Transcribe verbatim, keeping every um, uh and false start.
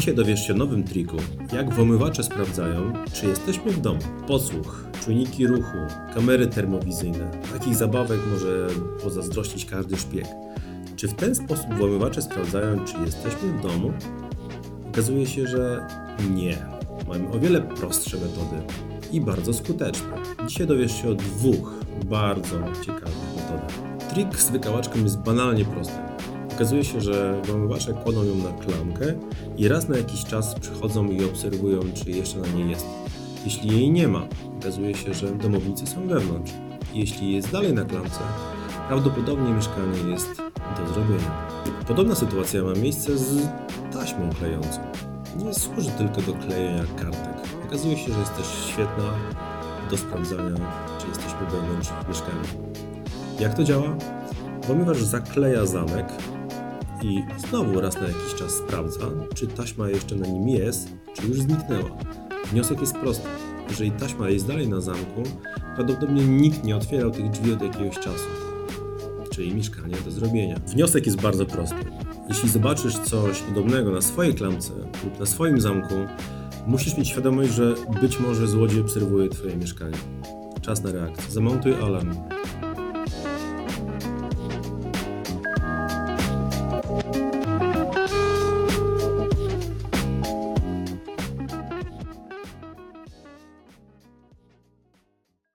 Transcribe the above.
Dzisiaj dowiesz się o nowym triku, jak włamywacze sprawdzają, czy jesteśmy w domu. Podsłuch, czujniki ruchu, kamery termowizyjne. Takich zabawek może pozazdrościć każdy szpieg. Czy w ten sposób włamywacze sprawdzają, czy jesteśmy w domu? Okazuje się, że nie. Mamy o wiele prostsze metody i bardzo skuteczne. Dzisiaj dowiesz się o dwóch bardzo ciekawych metodach. Trik z wykałaczką jest banalnie prosty. Okazuje się, że włamywacze kładą ją na klamkę i raz na jakiś czas przychodzą i obserwują, czy jeszcze na niej jest. Jeśli jej nie ma, okazuje się, że domownicy są wewnątrz. Jeśli jest dalej na klamce, prawdopodobnie mieszkanie jest do zrobienia. Podobna sytuacja ma miejsce z taśmą klejącą. Nie służy tylko do klejenia kartek. Okazuje się, że jest też świetna do sprawdzania, czy jesteśmy wewnątrz mieszkania. Jak to działa? Włamywacz zakleja zamek i znowu raz na jakiś czas sprawdza, czy taśma jeszcze na nim jest, czy już zniknęła. Wniosek jest prosty. Jeżeli taśma jest dalej na zamku, prawdopodobnie nikt nie otwierał tych drzwi od jakiegoś czasu, czyli mieszkanie do zrobienia. Wniosek jest bardzo prosty. Jeśli zobaczysz coś podobnego na swojej klamce lub na swoim zamku, musisz mieć świadomość, że być może złodziej obserwuje Twoje mieszkanie. Czas na reakcję. Zamontuj alarm.